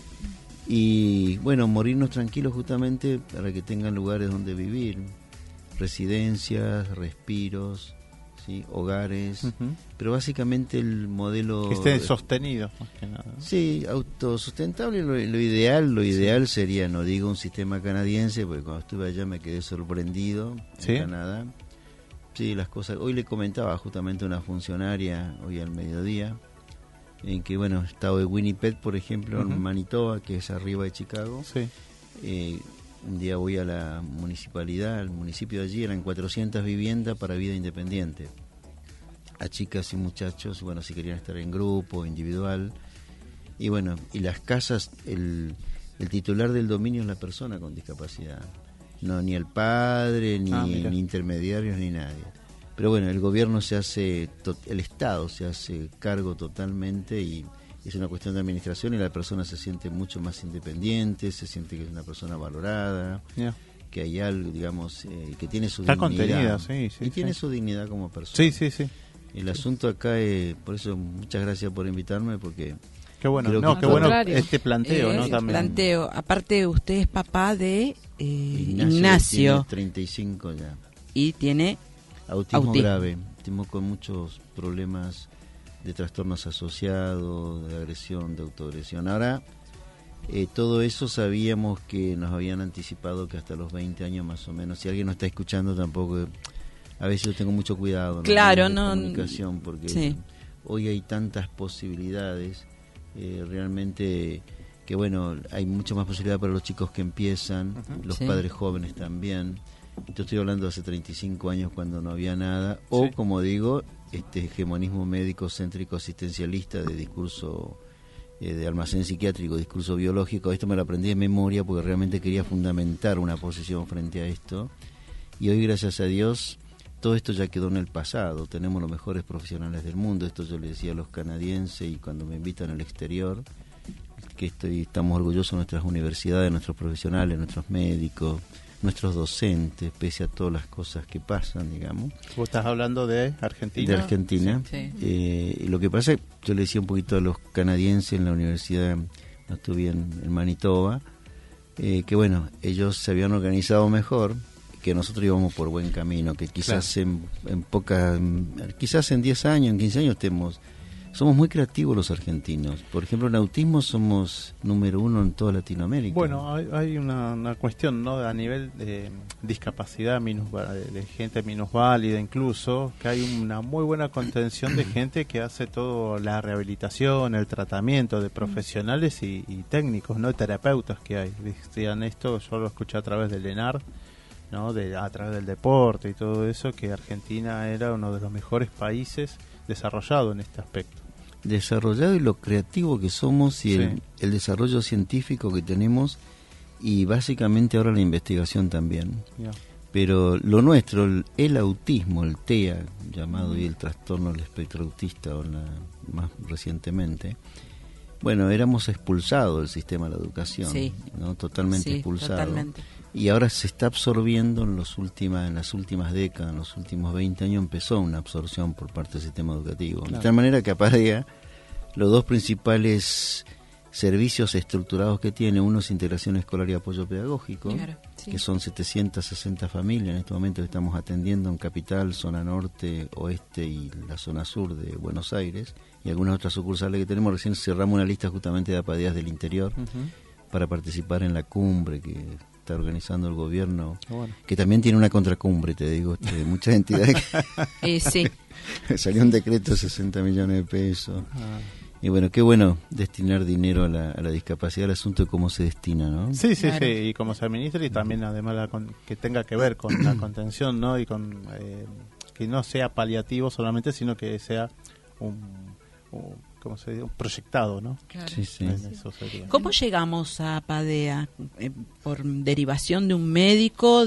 Y bueno, morirnos tranquilos justamente para que tengan lugares donde vivir, residencias, respiros, hogares, pero básicamente el modelo que esté sostenido, más que nada. Sí, autosustentable. Lo ideal sería, no digo un sistema canadiense, porque cuando estuve allá me quedé sorprendido en Canadá. Sí, las cosas. Hoy le comentaba justamente a una funcionaria hoy al mediodía, en que bueno, estado de Winnipeg, por ejemplo, en Manitoba, que es arriba de Chicago. Un día voy a la municipalidad, al municipio de allí, eran 400 viviendas para vida independiente, a chicas y muchachos, bueno, si querían estar en grupo, individual, y bueno, y las casas, el titular del dominio es la persona con discapacidad, no ni el padre, ni intermediarios, ni nadie. Pero bueno, el gobierno el Estado se hace cargo totalmente, y es una cuestión de administración, y la persona se siente mucho más independiente, se siente que es una persona valorada, que hay algo, digamos, que tiene su dignidad. Tiene su dignidad como persona. Sí. El asunto acá por eso muchas gracias por invitarme, porque qué bueno, qué bueno este planteo, ¿no? También. Planteo. Aparte, usted es papá de Ignacio. Tiene 35 ya. Y tiene autismo grave. Tenemos con muchos problemas de trastornos asociados, de agresión, de autoagresión. Ahora, todo eso sabíamos que nos habían anticipado que hasta los 20 años más o menos. Si alguien nos está escuchando, tampoco, a veces yo tengo mucho cuidado, ¿no? Claro, de comunicación, porque hoy hay tantas posibilidades, realmente, que bueno, hay mucha más posibilidad para los chicos que empiezan, los padres jóvenes también. Yo estoy hablando de hace 35 años, cuando no había nada, o como digo, este hegemonismo médico céntrico asistencialista de discurso de almacén psiquiátrico, discurso biológico. Esto me lo aprendí de memoria porque realmente quería fundamentar una posición frente a esto, y hoy, gracias a Dios, todo esto ya quedó en el pasado. Tenemos los mejores profesionales del mundo. Esto yo le decía a los canadienses, y cuando me invitan al exterior, que estamos orgullosos de nuestras universidades, de nuestros profesionales, nuestros médicos, nuestros docentes, pese a todas las cosas que pasan, digamos. ¿Vos estás hablando de Argentina? De Argentina. Y lo que pasa, yo le decía un poquito a los canadienses en la universidad, no estuve en Manitoba, que bueno, ellos se habían organizado mejor, que nosotros íbamos por buen camino, que quizás quizás en 10 años, en 15 años somos muy creativos los argentinos. Por ejemplo, en autismo somos número 1 en toda Latinoamérica. Bueno, hay una cuestión, ¿no? A nivel de discapacidad, de gente minusválida incluso, que hay una muy buena contención de gente que hace toda la rehabilitación, el tratamiento, de profesionales y técnicos, ¿no? Terapeutas que hay. Decían esto, yo lo escuché a través del ENAR, ¿no? A través del deporte y todo eso, que Argentina era uno de los mejores países desarrollado en este aspecto. Desarrollado, y lo creativo que somos, y el desarrollo científico que tenemos, y básicamente ahora la investigación también. Yeah. Pero lo nuestro, el autismo, el TEA, llamado y el trastorno del espectro autista, más recientemente, bueno, éramos expulsados del sistema de la educación, sí, ¿no? Totalmente expulsados. Totalmente. Y ahora se está absorbiendo en las últimas décadas, en los últimos 20 años empezó una absorción por parte del sistema educativo. Claro. De tal manera que APADEA, los dos principales servicios estructurados que tiene, uno es integración escolar y apoyo pedagógico, claro, sí, que son 760 familias en este momento que estamos atendiendo en Capital, zona norte, oeste y la zona sur de Buenos Aires, y algunas otras sucursales que tenemos. Recién cerramos una lista justamente de APADEAs del interior para participar en la cumbre que está organizando el gobierno, que también tiene una contracumbre, te digo, muchas entidades sí. Salió un decreto de 60 millones de pesos. Y bueno, qué bueno destinar dinero a la discapacidad, el asunto de cómo se destina, ¿no? Sí, claro, sí, y cómo se administra, y también además que tenga que ver con la contención, ¿no? Y con que no sea paliativo solamente, sino que sea ¿cómo se dice? Un proyectado, ¿no? Claro. Sí, sí. Eso sería. ¿Cómo llegamos a APADEA? ¿Por derivación de un médico,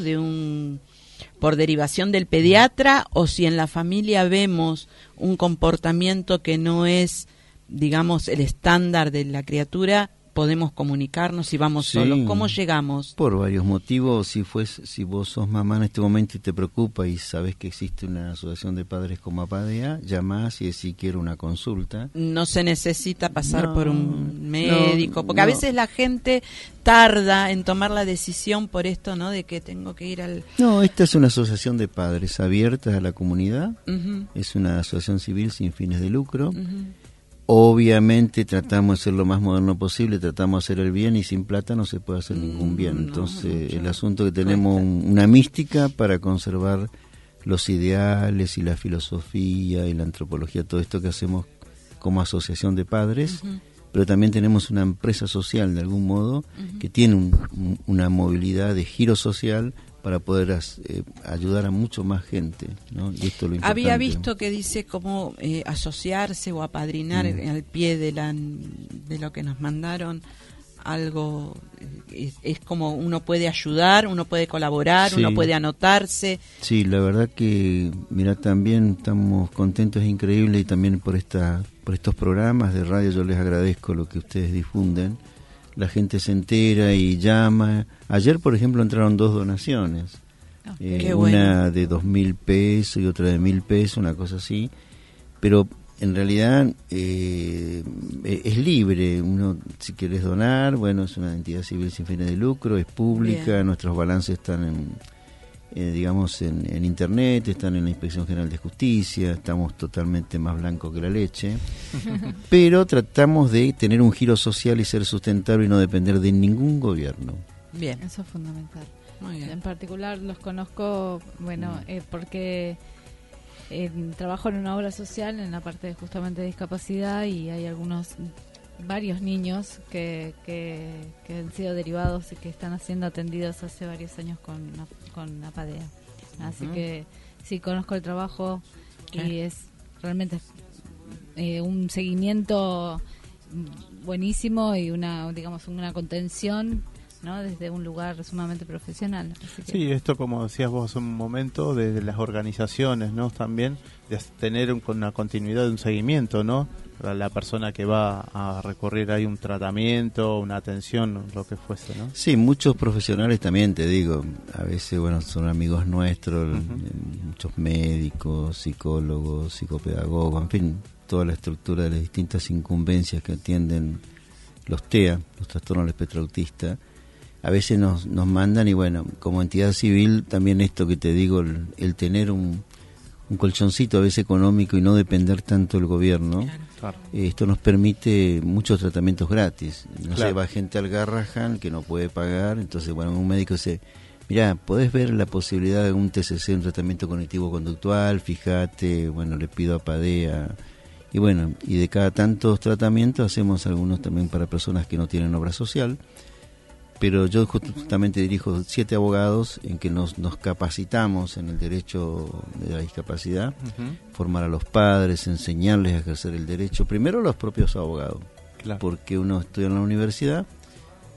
por derivación del pediatra, o si en la familia vemos un comportamiento que no es, digamos, el estándar de la criatura, podemos comunicarnos si vamos solos? ¿Cómo llegamos? Por varios motivos. Si vos sos mamá en este momento y te preocupa y sabés que existe una asociación de padres como APADEA, llamás y decís quiero una consulta. No se necesita pasar por un médico, porque a veces la gente tarda en tomar la decisión por esto, ¿no? De que tengo que ir al... No, esta es una asociación de padres abierta a la comunidad. Es una asociación civil sin fines de lucro. Obviamente tratamos de ser lo más moderno posible, tratamos de hacer el bien, y sin plata no se puede hacer ningún bien. Entonces el asunto es que tenemos una mística para conservar los ideales y la filosofía y la antropología, todo esto que hacemos como asociación de padres, pero también tenemos una empresa social de algún modo que tiene una movilidad de giro social para poder ayudar a mucho más gente, ¿no? Y esto es lo importante. Había visto que dice cómo asociarse o apadrinar al pie de lo que nos mandaron algo, es como uno puede ayudar, uno puede colaborar, uno puede anotarse. Sí, la verdad que, mira, también estamos contentos, es increíble, y también por estos programas de radio yo les agradezco lo que ustedes difunden. La gente se entera y llama. Ayer, por ejemplo, entraron 2 donaciones. Una de 2.000 pesos y otra de 1.000 pesos, una cosa así. Pero en realidad es libre. Uno, si quieres donar, bueno, es una entidad civil sin fines de lucro, es pública. Bien. Nuestros balances están en internet, están en la Inspección General de Justicia, estamos totalmente más blancos que la leche, pero tratamos de tener un giro social y ser sustentable y no depender de ningún gobierno. Bien, eso es fundamental. Muy bien. En particular los conozco, porque trabajo en una obra social en la parte justamente de discapacidad, y hay varios niños que han sido derivados y que están siendo atendidos hace varios años con APADEA. Así que sí, conozco el trabajo y es realmente un seguimiento buenísimo y una contención, ¿no? Desde un lugar sumamente profesional. Así que... Sí, esto, como decías vos hace un momento, desde las organizaciones, ¿no? También de tener una continuidad, un seguimiento, ¿no? Para la persona que va a recurrir ahí un tratamiento, una atención, lo que fuese, ¿no? Sí, muchos profesionales también, te digo, a veces, son amigos nuestros, muchos médicos, psicólogos, psicopedagogos, en fin, toda la estructura de las distintas incumbencias que atienden los TEA, los trastornos del espectro autista. A veces nos mandan, y bueno, como entidad civil también esto que te digo, el tener un colchoncito a veces económico y no depender tanto del gobierno. Claro. Esto nos permite muchos tratamientos gratis. No sé, va gente al Garrahan que no puede pagar, entonces un médico dice, mirá, podés ver la posibilidad de un TCC, un tratamiento cognitivo-conductual, fíjate, le pido a APADEA. Y de cada tantos tratamientos hacemos algunos también para personas que no tienen obra social. Pero yo justamente dirijo 7 abogados en que nos capacitamos en el derecho de la discapacidad, formar a los padres, enseñarles a ejercer el derecho, primero los propios abogados, porque uno estudia en la universidad,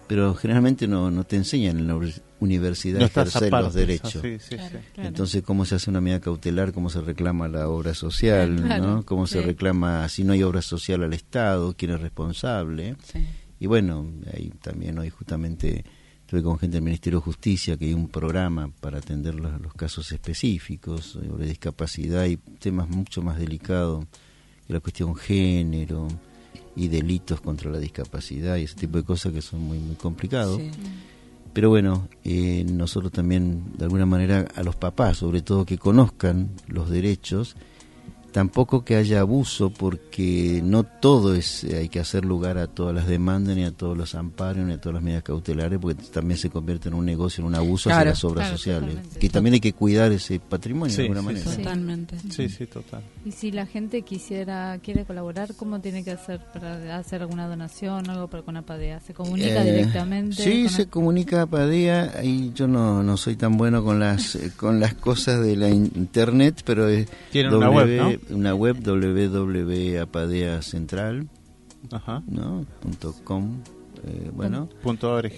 pero generalmente no te enseñan en la universidad a ejercer los derechos. Claro. Entonces, cómo se hace una medida cautelar, cómo se reclama la obra social, ¿no? Cómo se reclama, si no hay obra social, al Estado, quién es responsable. Y bueno, ahí también hoy justamente estuve con gente del Ministerio de Justicia, que hay un programa para atender los casos específicos sobre discapacidad y temas mucho más delicados, que la cuestión género y delitos contra la discapacidad y ese tipo de cosas que son muy, muy complicados. Pero bueno, nosotros también, de alguna manera, a los papás, sobre todo, que conozcan los derechos, tampoco que haya abuso, porque no todo hay que hacer lugar a todas las demandas, ni a todos los amparos, ni a todas las medidas cautelares, porque también se convierte en un negocio, en un abuso hacia las obras sociales. Totalmente. Que también hay que cuidar ese patrimonio de alguna manera. Totalmente. Sí, total. Y si la gente quiere colaborar, ¿cómo tiene que hacer para hacer alguna donación, algo con APADEA? ¿Se comunica directamente? Sí, se comunica a APADEA. Ahí yo no soy tan bueno con las cosas de la internet, pero tienen una web, ¿no? Una web, www.apadeacentral, ¿no? .com, bueno, .org,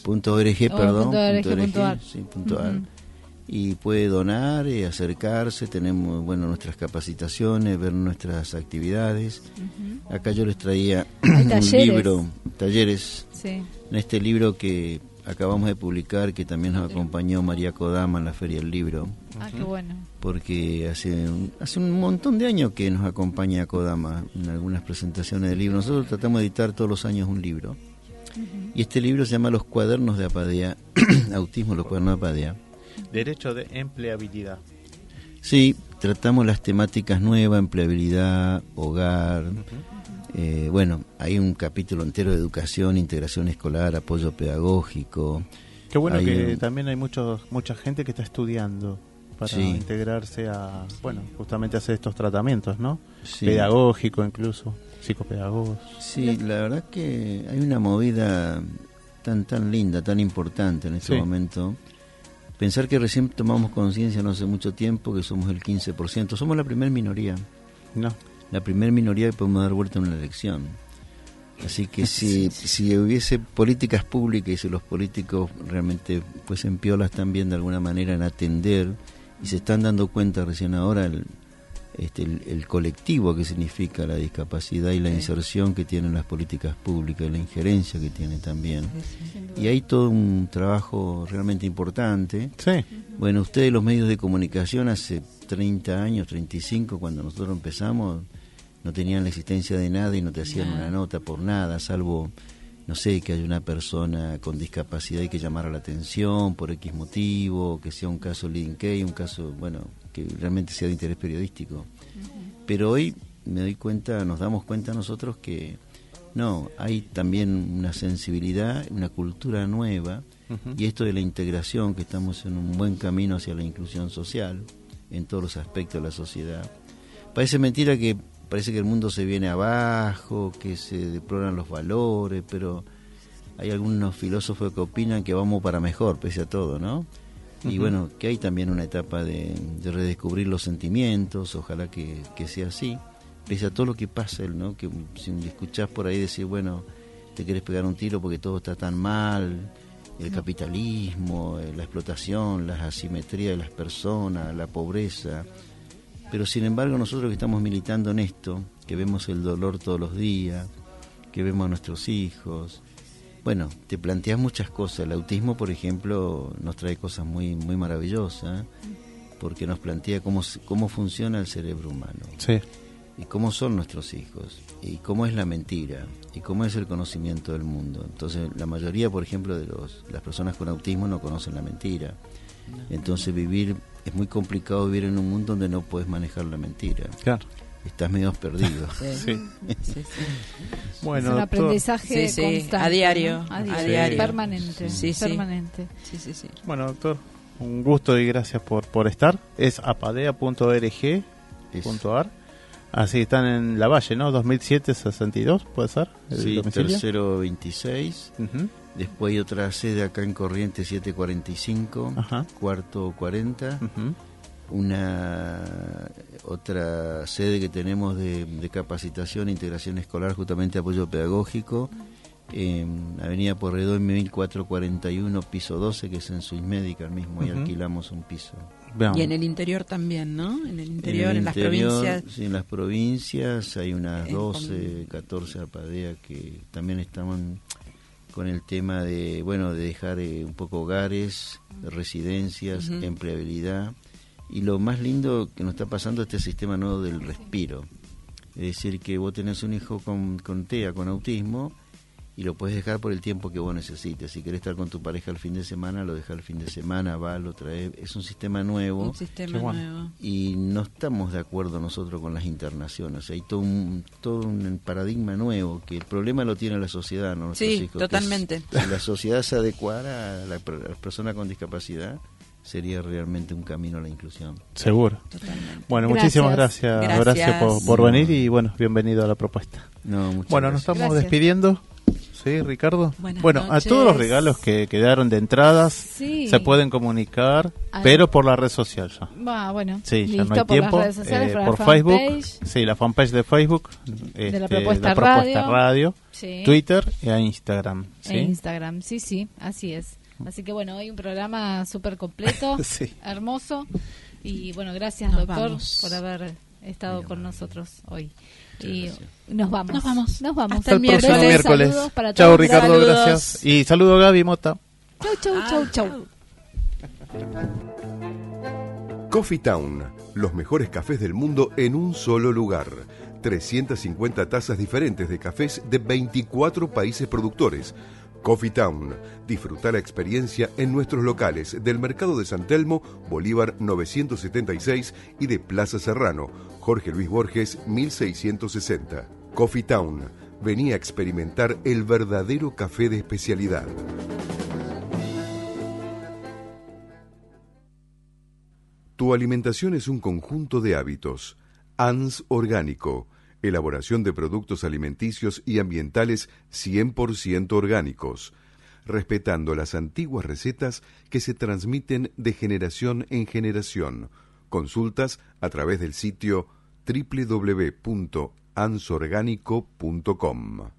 .org, y puede donar, acercarse. Tenemos nuestras capacitaciones, ver nuestras actividades. Acá yo les traía un libro, talleres, en este libro que acabamos de publicar, que también nos acompañó María Kodama en la Feria del Libro. Qué bueno. Porque hace un montón de años que nos acompaña Kodama en algunas presentaciones del libro. Nosotros tratamos de editar todos los años un libro. Y este libro se llama Los Cuadernos de APADEA, Autismo, los Cuadernos de APADEA. Derecho de empleabilidad. Sí, tratamos las temáticas nuevas, empleabilidad, hogar. Hay un capítulo entero de educación, integración escolar, apoyo pedagógico. Qué bueno que también hay mucha gente que está estudiando para integrarse a, justamente hacer estos tratamientos, ¿no? Pedagógico incluso, psicopedagogos. Sí, la verdad que hay una movida tan linda, tan importante en este momento. Pensar que recién tomamos conciencia no hace mucho tiempo que somos el 15%, somos la primer minoría. La primer minoría que podemos dar vuelta en una elección. Así que si hubiese políticas públicas y si los políticos realmente fuesen piolas también de alguna manera en atender, y se están dando cuenta recién ahora el colectivo que significa la discapacidad y la inserción que tienen las políticas públicas, la injerencia que tienen también. Y hay todo un trabajo realmente importante. Bueno, ustedes, los medios de comunicación, hace 30 años, 35, cuando nosotros empezamos, no tenían la existencia de nada y no te hacían una nota por nada, salvo, no sé, que haya una persona con discapacidad y que llamara la atención por X motivo, que sea un caso leading case, un caso, que realmente sea de interés periodístico. Pero hoy nos damos cuenta nosotros que no, hay también una sensibilidad, una cultura nueva, y esto de la integración, que estamos en un buen camino hacia la inclusión social en todos los aspectos de la sociedad. Parece mentira que parece que el mundo se viene abajo, que se deploran los valores, pero hay algunos filósofos que opinan que vamos para mejor, pese a todo, ¿no? Y que hay también una etapa de redescubrir los sentimientos, ojalá que sea así, pese a todo lo que pasa, ¿no? Que si escuchás por ahí decir, te querés pegar un tiro porque todo está tan mal, el capitalismo, la explotación, las asimetrías de las personas, la pobreza. Pero sin embargo nosotros que estamos militando en esto, que vemos el dolor todos los días, que vemos a nuestros hijos, te planteas muchas cosas. El autismo, por ejemplo, nos trae cosas muy muy maravillosas, porque nos plantea cómo funciona el cerebro humano, y cómo son nuestros hijos, y cómo es la mentira, y cómo es el conocimiento del mundo. Entonces la mayoría, por ejemplo, de las personas con autismo no conocen la mentira. Entonces es muy complicado vivir en un mundo donde no puedes manejar la mentira. Estás medio perdido. Bueno, es un aprendizaje constante, a diario, ¿no? A diario. Permanente. Permanente. Bueno, doctor, un gusto y gracias por estar. Es apadea.org.ar. Así están en La Valle, ¿no? 2007-62, ¿puede ser? Sí, tercero 26. Después hay otra sede acá en Corrientes 745, cuarto 40. Otra sede que tenemos de capacitación e integración escolar, justamente apoyo pedagógico, en Avenida Porredón 1441, piso 12, que es en Swiss Medical mismo, y alquilamos un piso. Bien. Y en el interior también, ¿no? En el interior, en las provincias. Sí, en las provincias hay unas 12, 14 alpadeas que también estaban con el tema de, bueno, de dejar un poco hogares, residencias, empleabilidad. Y lo más lindo que nos está pasando es este sistema nuevo del respiro. Es decir, que vos tenés un hijo con TEA, con autismo, y lo puedes dejar por el tiempo que vos necesites. Si querés estar con tu pareja el fin de semana, lo dejas el fin de semana, va, lo trae. Es un sistema nuevo. Un sistema nuevo. Y no estamos de acuerdo nosotros con las internaciones. Hay todo un paradigma nuevo, que el problema lo tiene la sociedad, ¿no? Nuestros hijos, totalmente. Si la sociedad se adecuara a la persona con discapacidad, sería realmente un camino a la inclusión. Seguro. Totalmente. Bueno, muchísimas gracias por venir y bueno, bienvenido a la propuesta. Muchas gracias. Nos estamos despidiendo. Sí, Ricardo. Bueno, a todos los regalos que quedaron de entradas se pueden comunicar, pero por la red social ya. Bueno, sí, listo, ya no hay tiempo. Por Facebook, sí, la fanpage de Facebook, de la propuesta radio, sí. Twitter e Instagram. ¿sí? Instagram, sí, así es. Así que bueno, hoy un programa súper completo, hermoso. Y bueno, gracias doctor por haber estado con nosotros hoy. Y nos vamos. Hasta el miércoles. Saludos para Chao, todos. Ricardo, Saludos. Gracias. Y saludo a Gaby Mota. Chau. Coffee Town, los mejores cafés del mundo en un solo lugar. 350 tazas diferentes de cafés de 24 países productores. Coffee Town. Disfruta la experiencia en nuestros locales del Mercado de San Telmo, Bolívar 976 y de Plaza Serrano, Jorge Luis Borges 1660. Coffee Town. Vení a experimentar el verdadero café de especialidad. Tu alimentación es un conjunto de hábitos. ANS Orgánico. Elaboración de productos alimenticios y ambientales 100% orgánicos, respetando las antiguas recetas que se transmiten de generación en generación. Consultas a través del sitio www.ansorgánico.com.